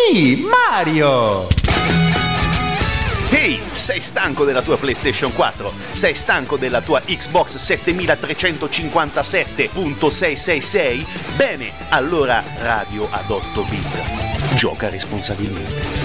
me, Mario! Ehi, sei stanco della tua PlayStation 4? Sei stanco della tua Xbox 7357.666? Bene, allora Radio ad 8 bit. Gioca responsabilmente.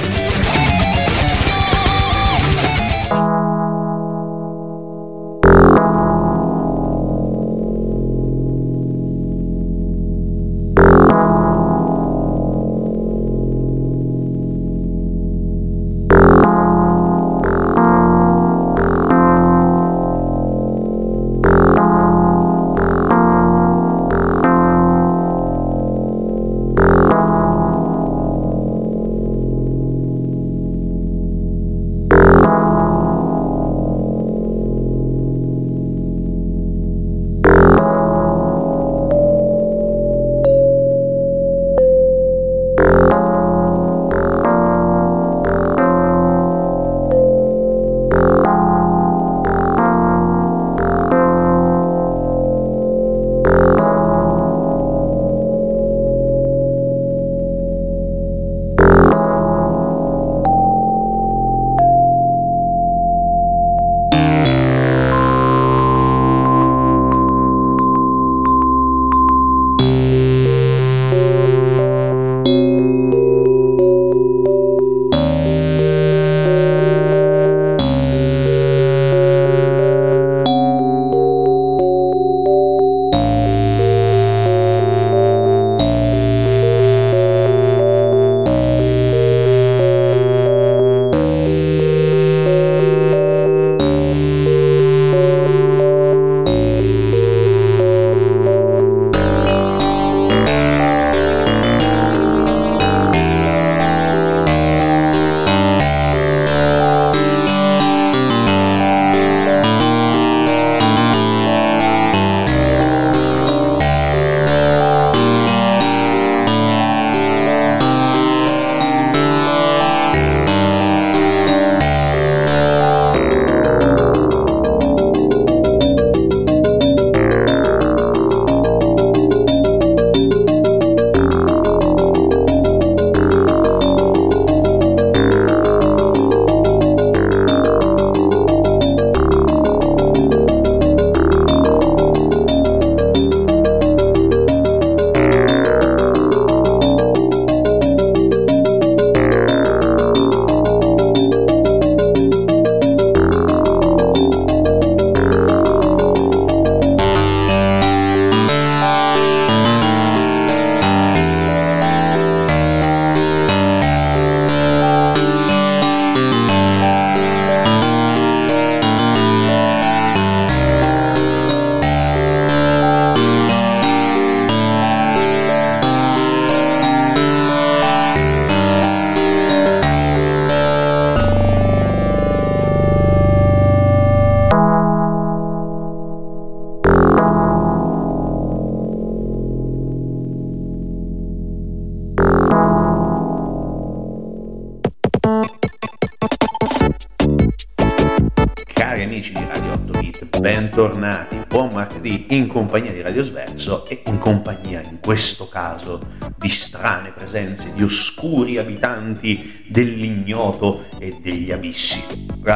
Bentornati, buon martedì in compagnia di Radio Sverso e in compagnia, in questo caso, di strane presenze, di oscuri abitanti dell'ignoto e degli abissi.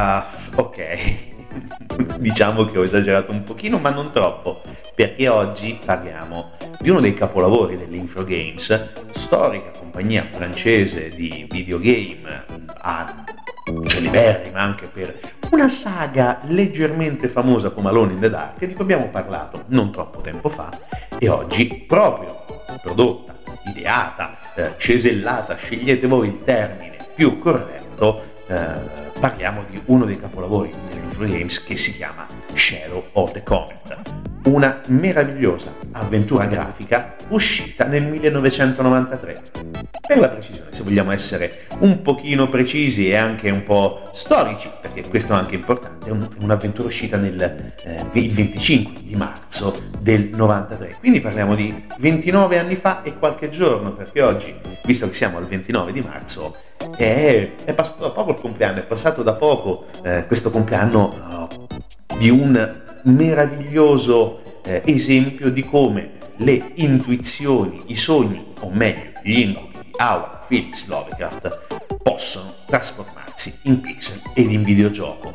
Ok, diciamo che ho esagerato un pochino, ma non troppo, perché oggi parliamo di uno dei capolavori dell'Infrogames, storica compagnia francese di videogame celeberrima anche per una saga leggermente famosa come Alone in the Dark, di cui abbiamo parlato non troppo tempo fa, e oggi proprio prodotta, ideata, cesellata, scegliete voi il termine più corretto, parliamo di uno dei capolavori dell'Infrogames che si chiama Shadow of the Comet, una meravigliosa avventura grafica uscita nel 1993. Per la precisione, se vogliamo essere un pochino precisi e anche un po' storici, perché questo è anche importante, è un'avventura uscita il 25 di marzo del 93. Quindi parliamo di 29 anni fa e qualche giorno, perché oggi, visto che siamo al 29 di marzo, è passato da poco il compleanno, è passato da poco questo compleanno di un meraviglioso esempio di come le intuizioni, i sogni, o meglio, gli incubi di Howard Phillips Lovecraft possono trasformarsi in pixel ed in videogioco.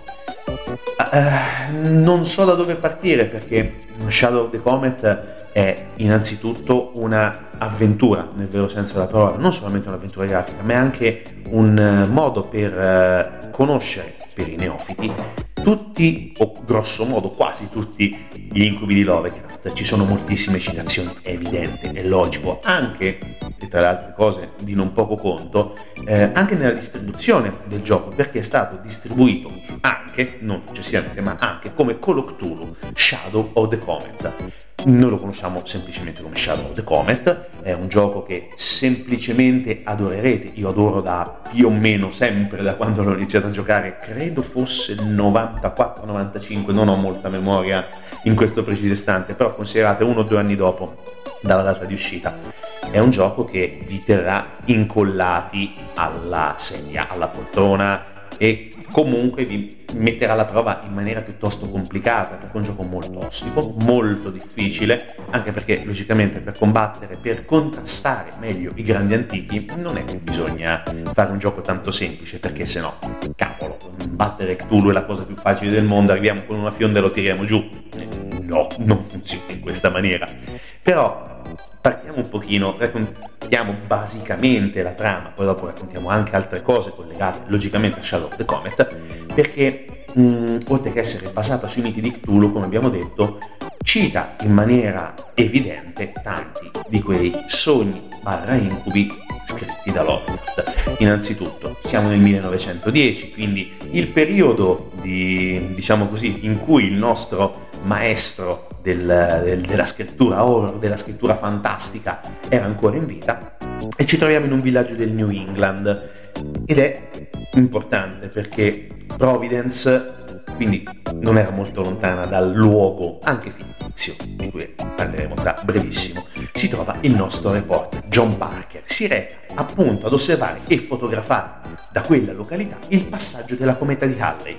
Non so da dove partire, perché Shadow of the Comet è innanzitutto una avventura nel vero senso della parola, non solamente un'avventura grafica, ma è anche un modo per conoscere, per i neofiti, tutti, o grosso modo quasi tutti, gli incubi di Lovecraft. Ci sono moltissime citazioni, è evidente, è logico, anche, e tra le altre cose di non poco conto, anche nella distribuzione del gioco, perché è stato distribuito anche, non successivamente, ma anche come Call of Cthulhu Shadow of the Comet. Noi lo conosciamo semplicemente come Shadow of the Comet, è un gioco che semplicemente adorerete. Io adoro da più o meno sempre, da quando l'ho iniziato a giocare, credo fosse il 94-95, non ho molta memoria in questo preciso istante, però considerate 1 o 2 anni dopo dalla data di uscita. È un gioco che vi terrà incollati alla sedia, alla poltrona, e comunque vi metterà alla prova in maniera piuttosto complicata, perché è un gioco molto ostico, molto difficile, anche perché logicamente per combattere, per contrastare meglio i grandi antichi, non è che bisogna fare un gioco tanto semplice, perché sennò, cavolo, battere Cthulhu è la cosa più facile del mondo, arriviamo con una fionda e lo tiriamo giù. No, non funziona in questa maniera. Però partiamo un pochino, raccontiamo basicamente la trama, poi dopo raccontiamo anche altre cose collegate logicamente a Shadow of the Comet, perché oltre che essere basata sui miti di Cthulhu, come abbiamo detto, cita in maniera evidente tanti di quei sogni / incubi scritti da Lovecraft. Innanzitutto siamo nel 1910, quindi il periodo diciamo così, in cui il nostro maestro della scrittura horror, della scrittura fantastica, era ancora in vita, e ci troviamo in un villaggio del New England, ed è importante perché Providence, quindi non era molto lontana dal luogo anche fittizio di cui parleremo tra brevissimo, si trova il nostro reporter John Parker. Si reca appunto ad osservare e fotografare da quella località il passaggio della cometa di Halley.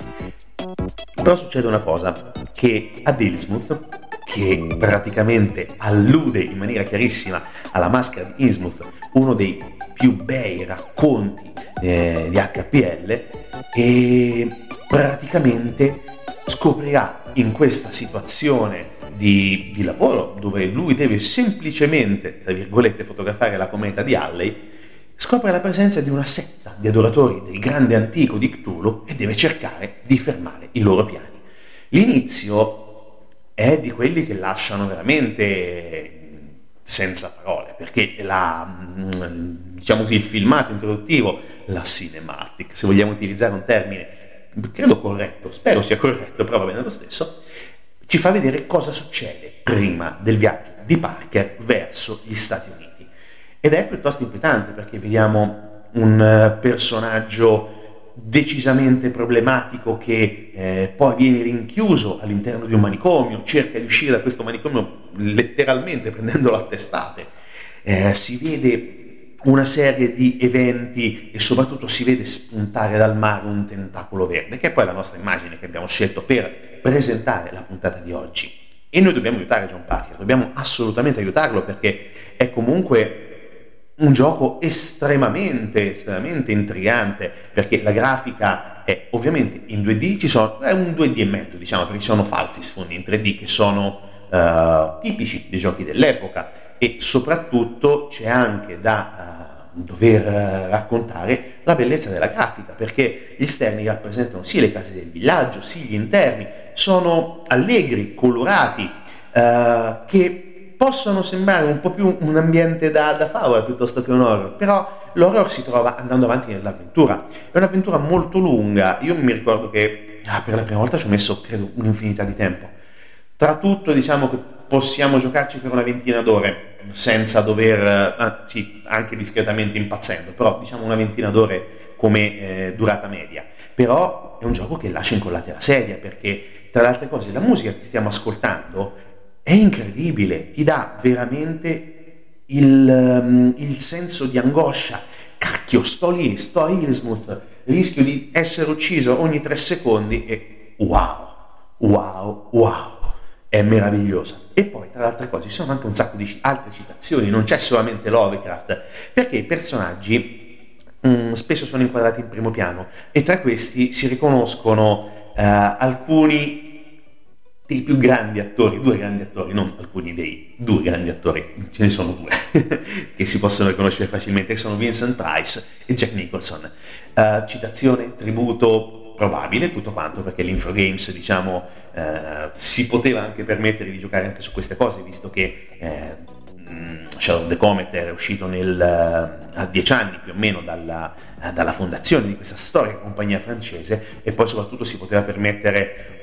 Però succede una cosa, che ad Innsmouth, che praticamente allude in maniera chiarissima alla maschera di Innsmouth, uno dei più bei racconti di HPL, e praticamente scoprirà in questa situazione di lavoro, dove lui deve semplicemente, tra virgolette, fotografare la cometa di Halley, scopre la presenza di una setta di adoratori del grande antico di Cthulhu e deve cercare di fermare i loro piani. L'inizio è di quelli che lasciano veramente senza parole, perché diciamo così, il filmato introduttivo, la cinematic, se vogliamo utilizzare un termine credo corretto, spero sia corretto, però va bene lo stesso, ci fa vedere cosa succede prima del viaggio di Parker verso gli Stati Uniti. Ed è piuttosto inquietante, perché vediamo un personaggio decisamente problematico che poi viene rinchiuso all'interno di un manicomio, cerca di uscire da questo manicomio letteralmente prendendolo a testate. Si vede una serie di eventi e soprattutto si vede spuntare dal mare un tentacolo verde, che è poi la nostra immagine che abbiamo scelto per presentare la puntata di oggi. E noi dobbiamo aiutare John Parker, dobbiamo assolutamente aiutarlo, perché è comunque un gioco estremamente intrigante, perché la grafica è ovviamente in 2D, è un 2D e mezzo, diciamo, perché ci sono falsi sfondi in 3D che sono tipici dei giochi dell'epoca, e soprattutto c'è anche da dover raccontare la bellezza della grafica, perché gli esterni rappresentano sì le case del villaggio, sì gli interni, sono allegri, colorati, che possono sembrare un po' più un ambiente da favola piuttosto che un horror, però l'horror si trova andando avanti nell'avventura. È un'avventura molto lunga, io mi ricordo che per la prima volta ci ho messo credo un'infinità di tempo. Tra tutto diciamo che possiamo giocarci per una ventina d'ore senza dover, sì, anche discretamente impazzendo, però diciamo una ventina d'ore come durata media. Però è un gioco che lascia incollati alla sedia, perché tra le altre cose la musica che stiamo ascoltando è incredibile, ti dà veramente il senso di angoscia. Cacchio, sto lì, sto a Innsmouth, rischio di essere ucciso ogni 3 secondi e wow, è meravigliosa. E poi tra le altre cose ci sono anche un sacco di altre citazioni, non c'è solamente Lovecraft, perché i personaggi spesso sono inquadrati in primo piano e tra questi si riconoscono alcuni dei più grandi attori, due grandi attori, non alcuni dei due grandi attori, ce ne sono due che si possono riconoscere facilmente, che sono Vincent Price e Jack Nicholson. Citazione, tributo probabile, tutto quanto, perché l'Infogames, diciamo, si poteva anche permettere di giocare anche su queste cose, visto che Shadow of the Comet era uscito a 10 anni più o meno dalla fondazione di questa storica compagnia francese, e poi soprattutto si poteva permettere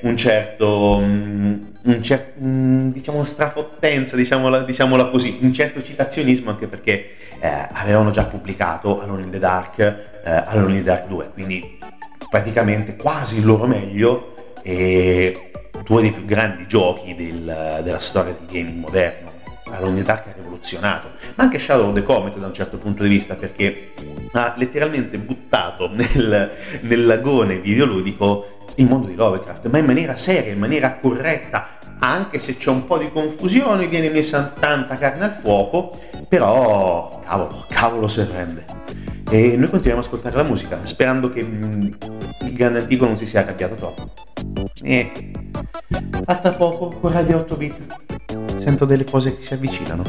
diciamo strafottenza, diciamola così, un certo citazionismo, anche perché avevano già pubblicato Alone in the Dark 2, quindi praticamente quasi il loro meglio e due dei più grandi giochi della storia di gaming moderno. Alone in the Dark ha rivoluzionato, ma anche Shadow of the Comet da un certo punto di vista, perché ha letteralmente buttato nel lagone videoludico il mondo di Lovecraft, ma in maniera seria, in maniera corretta, anche se c'è un po' di confusione, viene messa tanta carne al fuoco, però cavolo se rende. E noi continuiamo ad ascoltare la musica, sperando che il grande antico non si sia arrabbiato troppo. E a tra poco con Radio 8 Bit. Sento delle cose che si avvicinano.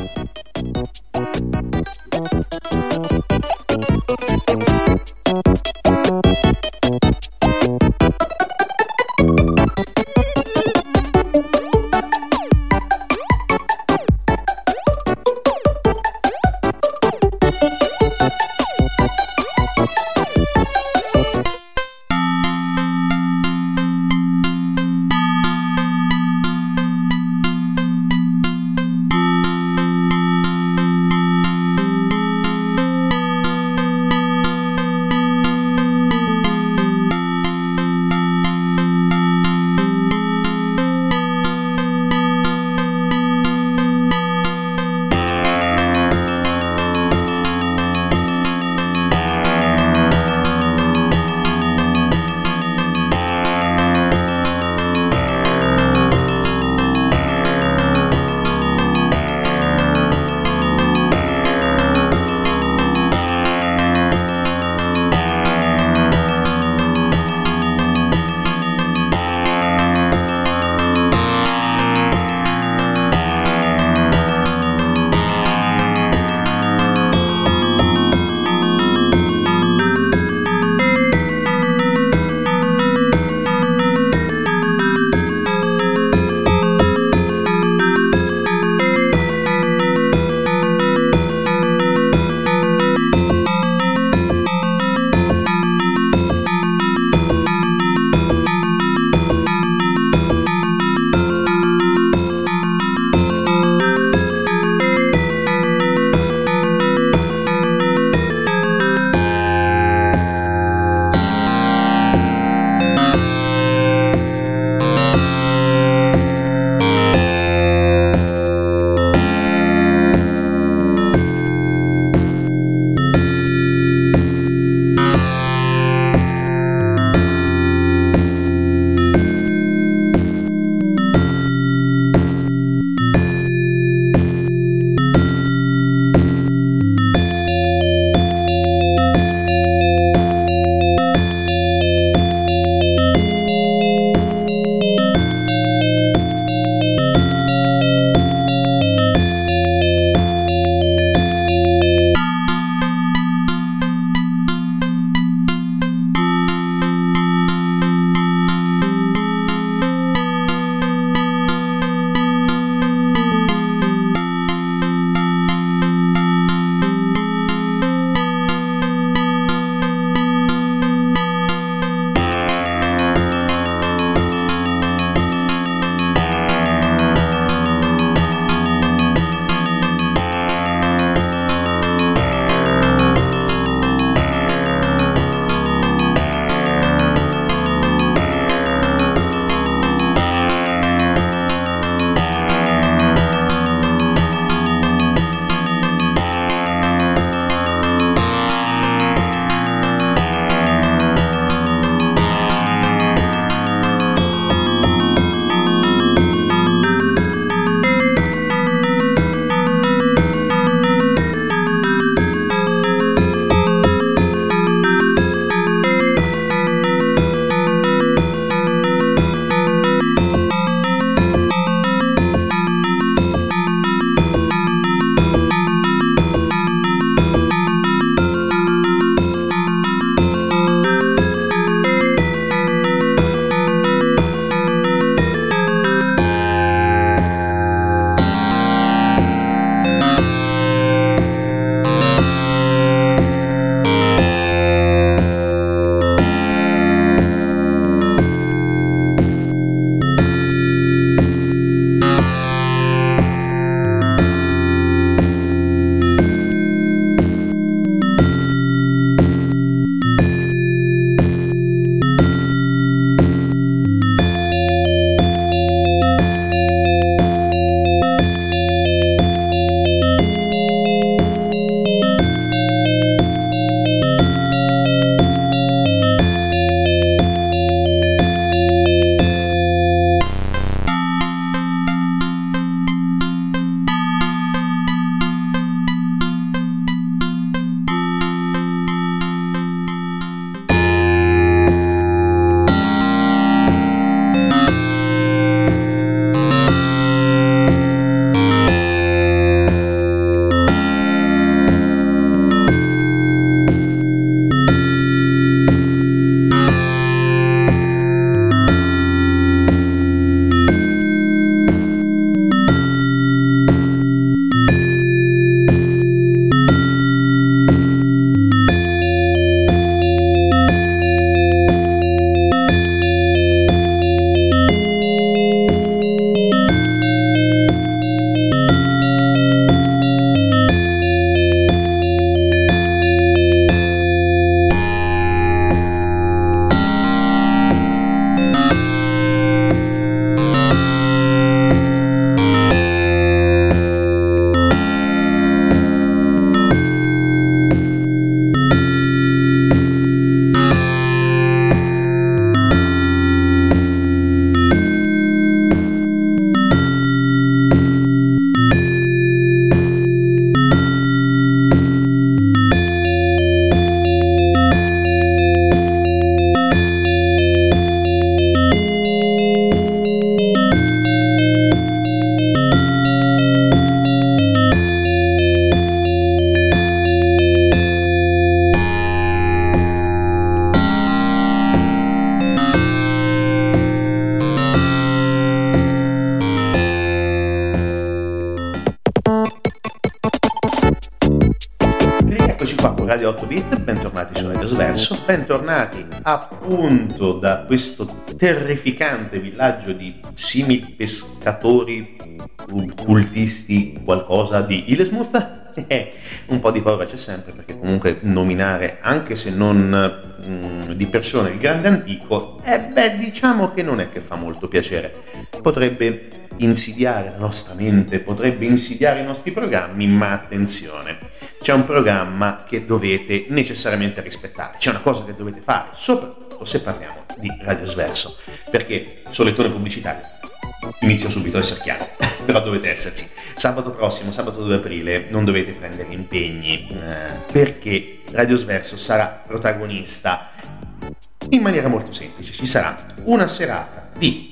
Sverso, bentornati appunto da questo terrificante villaggio di simili pescatori, cultisti, qualcosa di Hillesmuth. Un po' di paura c'è sempre, perché comunque nominare, anche se non di persone, il grande antico, diciamo che non è che fa molto piacere. Potrebbe insidiare la nostra mente, potrebbe insidiare i nostri programmi, ma attenzione, c'è un programma che dovete necessariamente rispettare, c'è una cosa che dovete fare, soprattutto se parliamo di Radio Sverso, perché solettone pubblicitario, inizio subito a essere chiaro, però dovete esserci. Sabato prossimo, sabato 2 aprile, non dovete prendere impegni, perché Radio Sverso sarà protagonista in maniera molto semplice. Ci sarà una serata di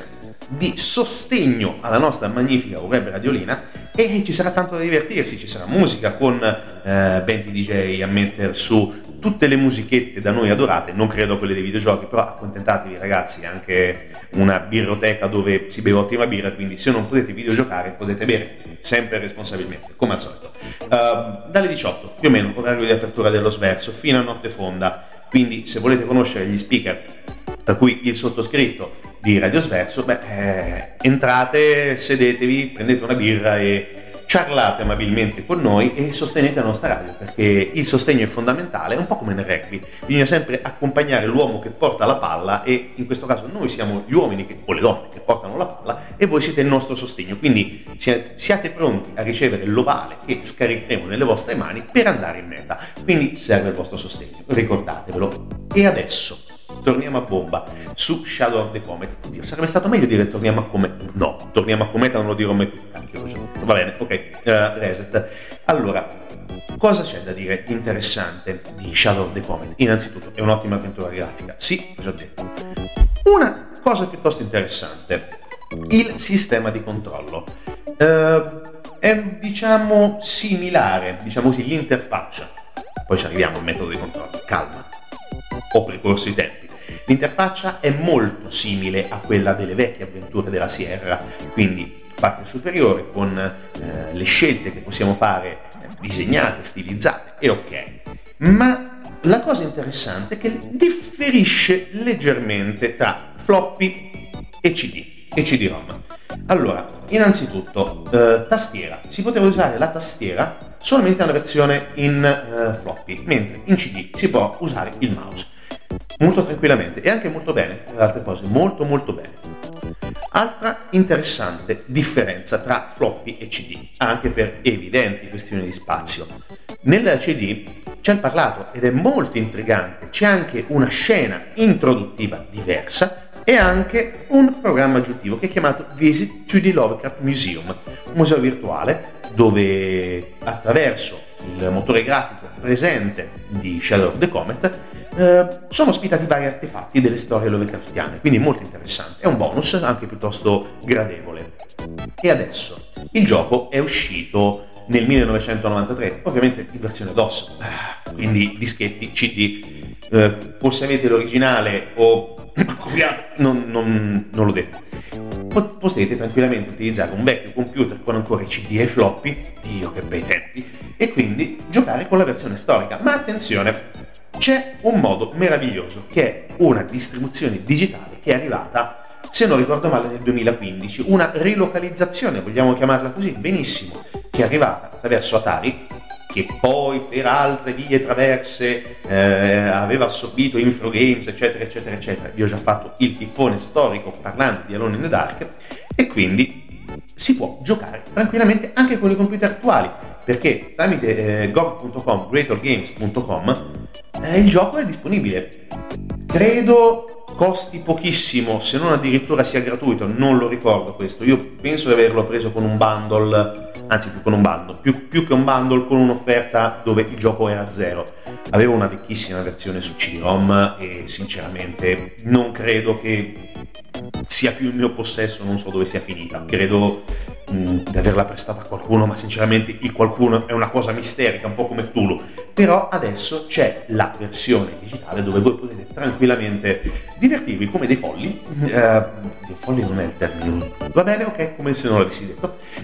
sostegno alla nostra magnifica web radiolina, e ci sarà tanto da divertirsi, ci sarà musica con 20 DJ a mettere su tutte le musichette da noi adorate, non credo quelle dei videogiochi, però accontentatevi ragazzi, anche una birroteca dove si beve ottima birra, quindi se non potete videogiocare potete bere sempre responsabilmente, come al solito. Dalle 18 più o meno, orario di apertura dello Sverso, fino a notte fonda, quindi se volete conoscere gli speaker, tra cui il sottoscritto di Radio Sverso, entrate, sedetevi, prendete una birra e ciarlate amabilmente con noi e sostenete la nostra radio, perché il sostegno è fondamentale, è un po' come nel rugby, bisogna sempre accompagnare l'uomo che porta la palla, e in questo caso noi siamo gli uomini o le donne che portano la palla e voi siete il nostro sostegno, quindi siate pronti a ricevere l'ovale che scaricheremo nelle vostre mani per andare in meta, quindi serve il vostro sostegno, ricordatevelo. E adesso torniamo a bomba su Shadow of the Comet. Oddio, sarebbe stato meglio dire torniamo a Cometa. No, torniamo a Cometa non lo dirò mai più. Va bene, ok, reset. Allora, cosa c'è da dire interessante di Shadow of the Comet? Innanzitutto, è un'ottima avventura grafica. Sì, ho già detto. Una cosa piuttosto interessante, il sistema di controllo. È, diciamo, similare, diciamo così, l'interfaccia. Poi ci arriviamo al metodo di controllo. Calma. Ho precorso i tempi. L'interfaccia è molto simile a quella delle vecchie avventure della Sierra, quindi parte superiore con le scelte che possiamo fare disegnate, stilizzate, e ok. Ma la cosa interessante è che differisce leggermente tra floppy e CD-ROM. Allora, innanzitutto, tastiera. Si poteva usare la tastiera solamente nella versione in floppy, mentre in CD si può usare il mouse. Molto tranquillamente e anche molto bene, le altre cose, molto molto bene. Altra interessante differenza tra floppy e CD, anche per evidenti questioni di spazio. Nel CD c'è il parlato ed è molto intrigante, c'è anche una scena introduttiva diversa e anche un programma aggiuntivo che è chiamato Visit to the Lovecraft Museum, un museo virtuale dove attraverso il motore grafico presente di Shadow of the Comet sono ospitati vari artefatti delle storie lovecraftiane, quindi molto interessante, è un bonus anche piuttosto gradevole. E adesso il gioco è uscito nel 1993, ovviamente in versione DOS, quindi dischetti, CD, o se avete l'originale o copiato, non l'ho detto, potete tranquillamente utilizzare un vecchio computer con ancora i CD e i floppy, Dio che bei tempi, e quindi giocare con la versione storica. Ma attenzione, c'è un modo meraviglioso che è una distribuzione digitale che è arrivata, se non ricordo male, nel 2015, una rilocalizzazione, vogliamo chiamarla così, benissimo, che è arrivata attraverso Atari, che poi per altre vie traverse aveva assorbito Infogames, eccetera eccetera eccetera. Vi ho già fatto il pippone storico parlando di Alone in the Dark, e quindi si può giocare tranquillamente anche con i computer attuali, perché tramite gog.com, greatorgames.com, il gioco è disponibile. Credo costi pochissimo, se non addirittura sia gratuito, non lo ricordo questo. Io penso di averlo preso con un bundle, anzi più con un bundle, più che un bundle, con un'offerta dove il gioco era zero. Avevo una vecchissima versione su CD-ROM e sinceramente non credo che sia più in mio possesso, non so dove sia finita. Credo di averla prestata a qualcuno, ma sinceramente il qualcuno è una cosa misterica, un po' come Cthulhu. Però adesso c'è la versione digitale dove voi potete tranquillamente divertirvi come dei folli. Dei folli non è il termine, va bene, ok, come se non l'avessi detto.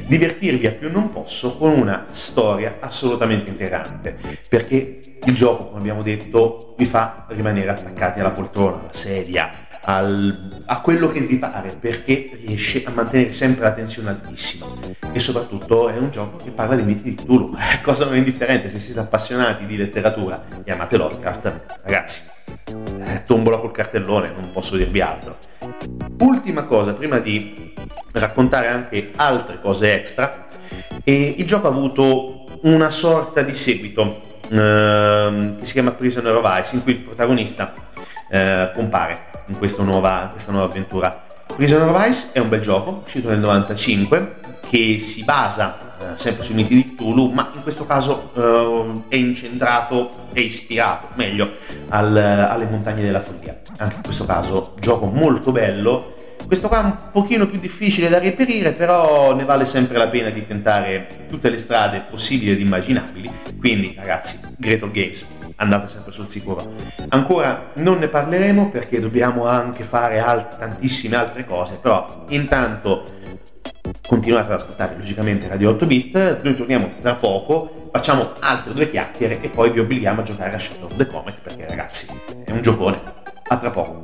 divertirvi a più non posso con una storia assolutamente integrante, perché il gioco, come abbiamo detto, vi fa rimanere attaccati alla poltrona, alla sedia, a quello che vi pare, perché riesce a mantenere sempre la tensione altissima, e soprattutto è un gioco che parla dei miti di Cthulhu, cosa non indifferente se siete appassionati di letteratura e amate Lovecraft, ragazzi, tombola col cartellone, non posso dirvi altro. Ultima cosa, prima di raccontare anche altre cose extra, il gioco ha avuto una sorta di seguito che si chiama Prisoner of Ice, in cui il protagonista compare in questa nuova avventura. Prisoner of Ice è un bel gioco uscito nel 95 che si basa sempre sui miti di Cthulhu, ma in questo caso è incentrato e ispirato meglio alle montagne della follia. Anche in questo caso gioco molto bello. Questo qua è un pochino più difficile da reperire, però ne vale sempre la pena di tentare tutte le strade possibili ed immaginabili. Quindi ragazzi, Great Games, andate sempre sul sicuro. Ancora non ne parleremo perché dobbiamo anche fare tantissime altre cose, però intanto continuate ad ascoltare logicamente Radio 8-bit, noi torniamo tra poco, facciamo altre 2 chiacchiere e poi vi obblighiamo a giocare a Shadow of the Comet, perché ragazzi è un giocone. A tra poco.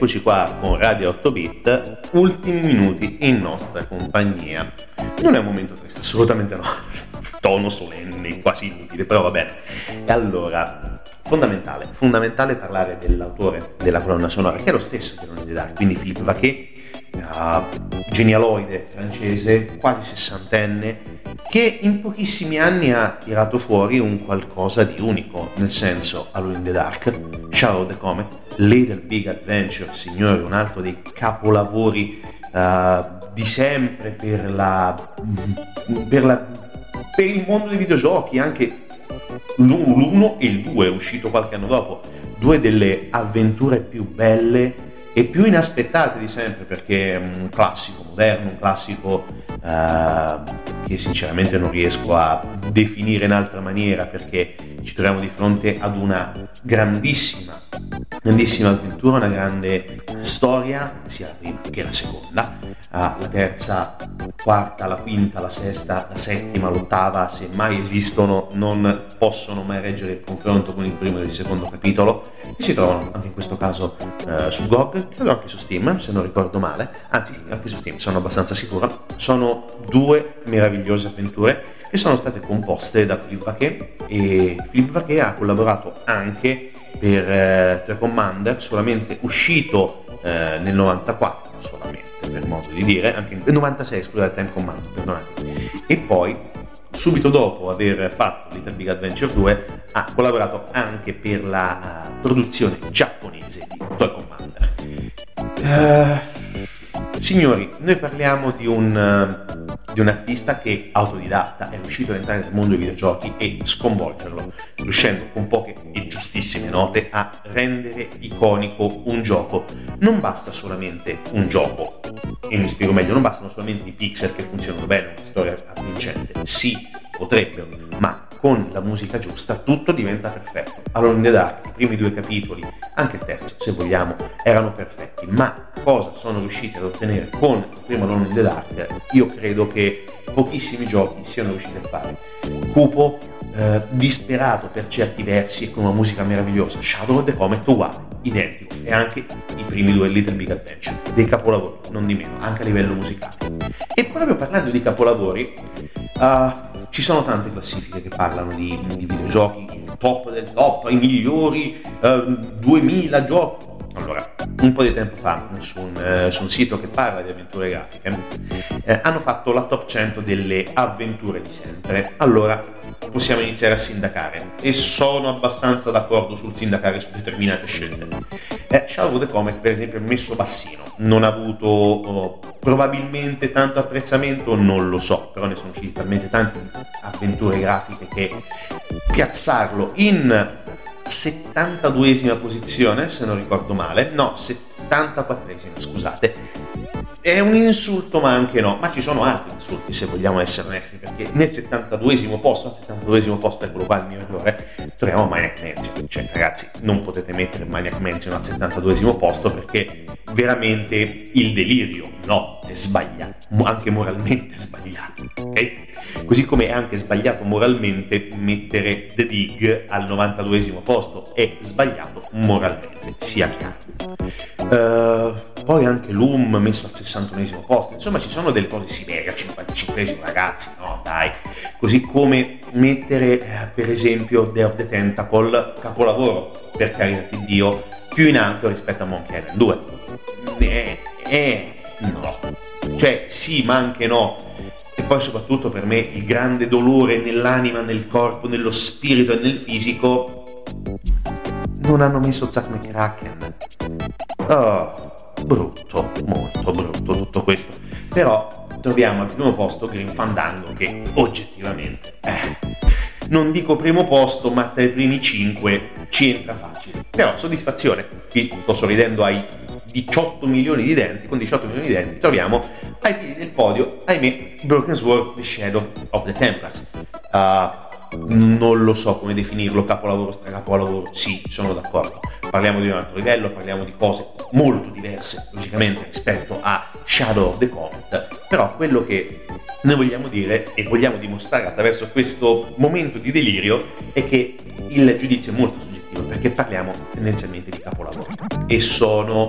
eccoci qua con Radio 8 Bit, ultimi minuti in nostra compagnia. Non è un momento triste, assolutamente no, tono solenne, quasi inutile, però va bene. E allora, fondamentale parlare dell'autore della colonna sonora, che è lo stesso che non è da, quindi Philippe Vaquet, genialoide francese, quasi sessantenne, che in pochissimi anni ha tirato fuori un qualcosa di unico, nel senso Alone in the Dark, Shadow of the Comet, Little Big Adventure, signori, un altro dei capolavori di sempre per il mondo dei videogiochi, anche l'1 e il 2 è uscito qualche anno dopo, due delle avventure più belle e più inaspettate di sempre, perché è un classico moderno, un classico che sinceramente non riesco a definire in altra maniera, perché ci troviamo di fronte ad una grandissima avventura, una grande storia, sia la prima che la seconda, la terza, quarta, la quinta, la sesta, la settima, l'ottava, se mai esistono, non possono mai reggere il confronto con il primo e il secondo capitolo, che si trovano anche in questo caso su GOG, credo anche su Steam, se non ricordo male, anzi anche su Steam, sono abbastanza sicuro. Sono due meravigliose avventure che sono state composte da Philippe Vaquet, e Philippe Vaquet ha collaborato anche per Toy Commander, solamente uscito nel 94, solamente per modo di dire, anche nel 96, scusate, Time Commander, perdonatemi, e poi subito dopo aver fatto Little Big Adventure 2 ha collaborato anche per la produzione giapponese di Toy Commander. Signori, noi parliamo di un artista che autodidatta è riuscito ad entrare nel mondo dei videogiochi e sconvolgerlo, riuscendo con poche e giustissime note a rendere iconico un gioco. Non basta solamente un gioco, e mi spiego meglio, non bastano solamente i pixel che funzionano bene, una storia avvincente, sì, potrebbero, ma con la musica giusta tutto diventa perfetto. Alone in the Dark, i primi due capitoli, anche il terzo se vogliamo, erano perfetti, ma cosa sono riusciti ad ottenere con il primo Alone in the Dark? Io credo che pochissimi giochi siano riusciti a fare. Cupo, disperato per certi versi e con una musica meravigliosa. Shadow of the Comet uguale, identico, e anche i primi due Little Big Adventure, dei capolavori, non di meno, anche a livello musicale. E proprio parlando di capolavori, ci sono tante classifiche che parlano di videogiochi, il top del top, i migliori 2000 giochi. Allora, un po' di tempo fa, su un sito che parla di avventure grafiche, hanno fatto la top 100 delle avventure di sempre. Allora, possiamo iniziare a sindacare, e sono abbastanza d'accordo sul sindacare su determinate scelte. Shadow of the Comet, per esempio, è messo bassino, non ha avuto probabilmente tanto apprezzamento, non lo so, però ne sono uscite talmente tante avventure grafiche che piazzarlo in 72esima posizione, se non ricordo male, no, 74esima, scusate, è un insulto, ma anche no, ma ci sono altri insulti se vogliamo essere onesti, perché nel 72esimo posto è quello qua il mio errore, troviamo Maniac Mansion. Cioè ragazzi, non potete mettere Maniac Mansion al 72esimo posto, perché veramente il delirio, no, è sbagliato, anche moralmente è sbagliato, ok? Così come è anche sbagliato moralmente mettere The Dig al 92esimo posto, è sbagliato moralmente, sia chiaro. Poi anche Loom messo al 61esimo posto, insomma ci sono delle cose. Siberia al 55esimo, ragazzi, no dai. Così come mettere per esempio Day of the Tentacle, capolavoro, per carità di Dio, più in alto rispetto a Monkey Island 2. No, cioè sì, ma anche no. E poi soprattutto per me il grande dolore nell'anima, nel corpo, nello spirito e nel fisico, non hanno messo Zack McCracken. Brutto, molto brutto tutto questo. Però troviamo al primo posto Grim Fandango, che oggettivamente non dico primo posto, ma tra i primi 5 ci entra facile. Però soddisfazione, qui sto sorridendo ai 18 milioni di denti, con 18 milioni di denti troviamo ai piedi del podio, ahimè, Broken Sword, The Shadow of the Templars. Non lo so come definirlo, capolavoro, stracapolavoro, sì, sono d'accordo. Parliamo di un altro livello, parliamo di cose molto diverse, logicamente, rispetto a Shadow of the Comet, però quello che noi vogliamo dire e vogliamo dimostrare attraverso questo momento di delirio è che il giudizio è molto soggettivo, perché parliamo tendenzialmente di capolavoro, e sono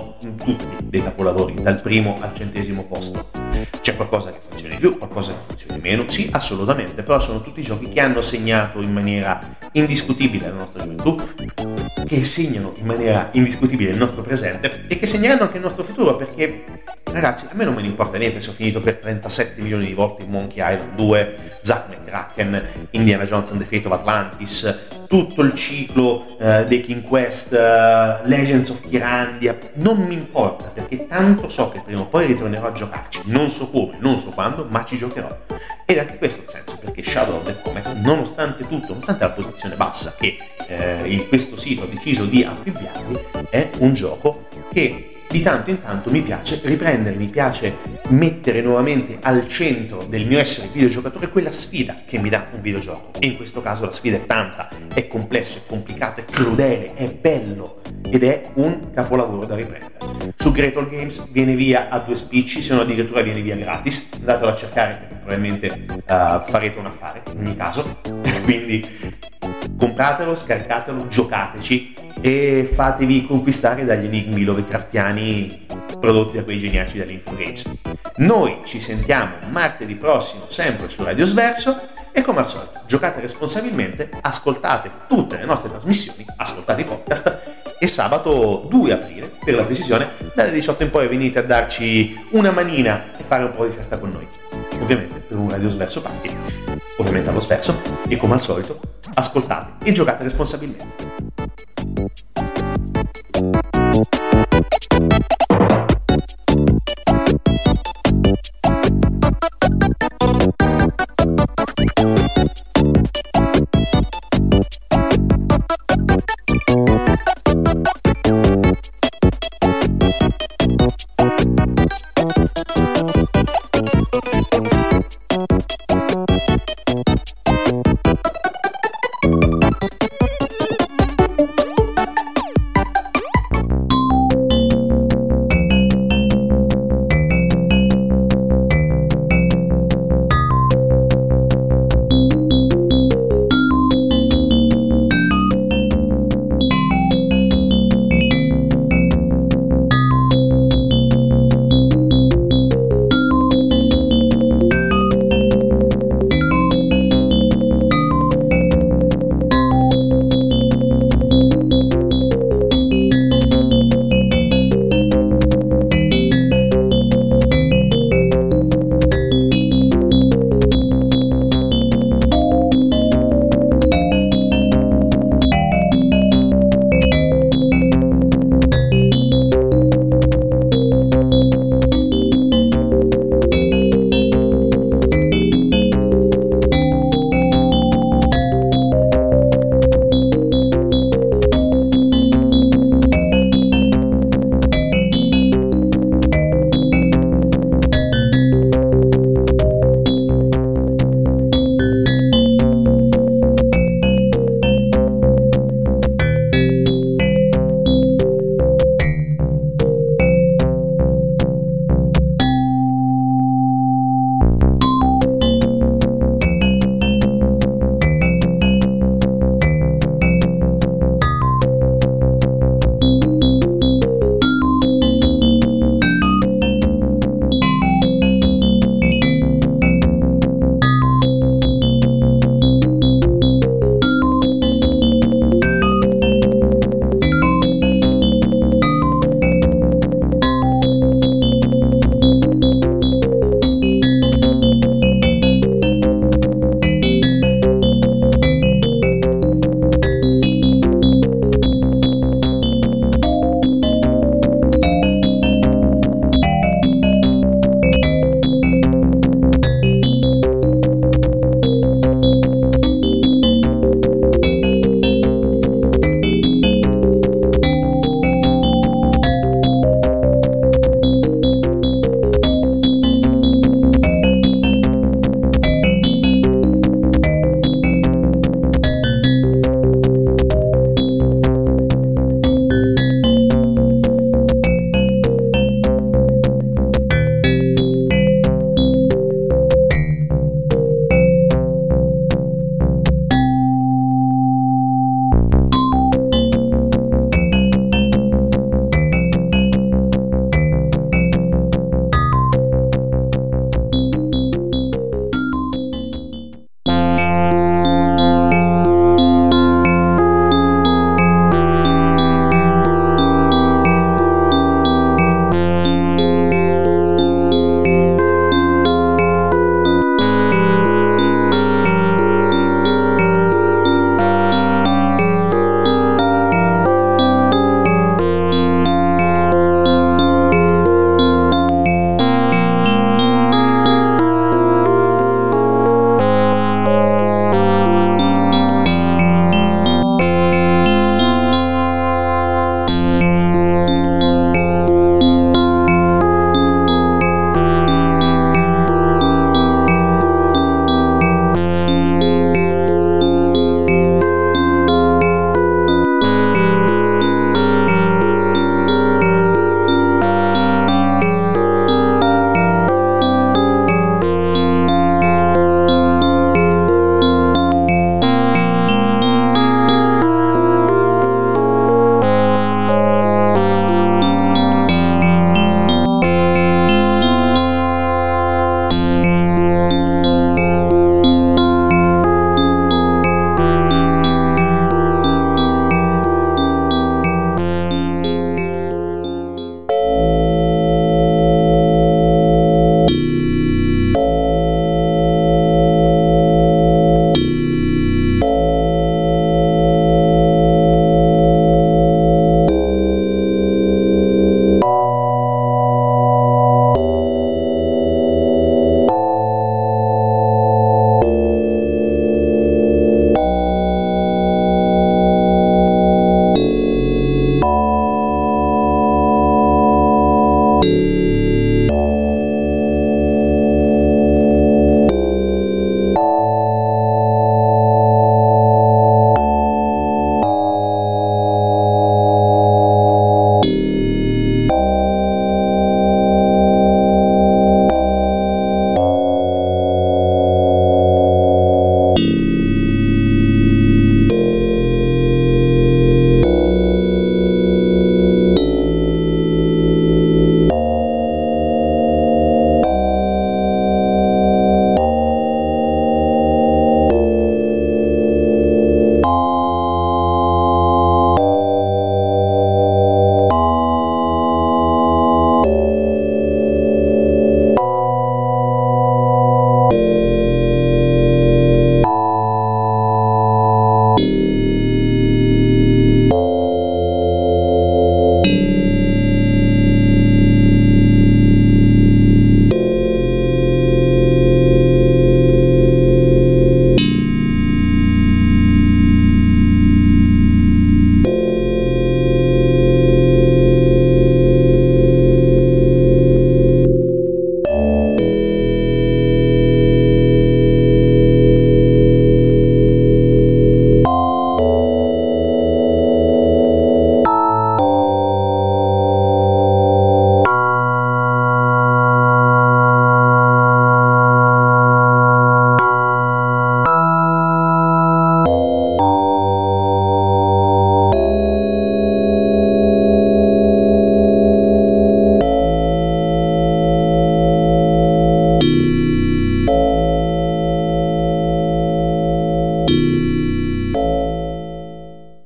tutti dei capolavori, dal primo al 100° posto. C'è qualcosa che funziona di più, qualcosa che funziona di meno, sì, assolutamente, però sono tutti giochi che hanno segnato in maniera indiscutibile la nostra gioventù, che segnano in maniera indiscutibile il nostro presente e che segneranno anche il nostro futuro, perché ragazzi, a me non me ne importa niente se ho finito per 37 milioni di volte in Monkey Island 2, Zack McCracken, Indiana Jones and the Fate of Atlantis, tutto il ciclo dei King Quest, Legends of Kyrandia, non mi importa, perché tanto so che prima o poi ritornerò a giocarci, non so come, non so quando, ma ci giocherò. Ed anche questo è il senso, perché Shadow of the Comet, nonostante tutto, nonostante la posizione bassa che questo sito ha deciso di affibbiarvi, è un gioco che di tanto in tanto mi piace riprendere, mi piace mettere nuovamente al centro del mio essere videogiocatore quella sfida che mi dà un videogioco. E in questo caso la sfida è tanta, è complesso, è complicato, è crudele, è bello ed è un capolavoro da riprendere. Su Great All Games viene via a 2 spicci, se non addirittura viene via gratis, andatelo a cercare perché probabilmente farete un affare in ogni caso, quindi compratelo, scaricatelo, giocateci e fatevi conquistare dagli enigmi lovecraftiani prodotti da quei geniaci dell'Infogames. Noi ci sentiamo martedì prossimo sempre su Radio Sverso e come al solito giocate responsabilmente, ascoltate tutte le nostre trasmissioni, ascoltate i podcast e sabato 2 aprile per la precisione dalle 18 in poi venite a darci una manina e fare un po' di festa con noi, ovviamente per un Radio Sverso Party, ovviamente allo Sverso, e come al solito ascoltate e giocate responsabilmente.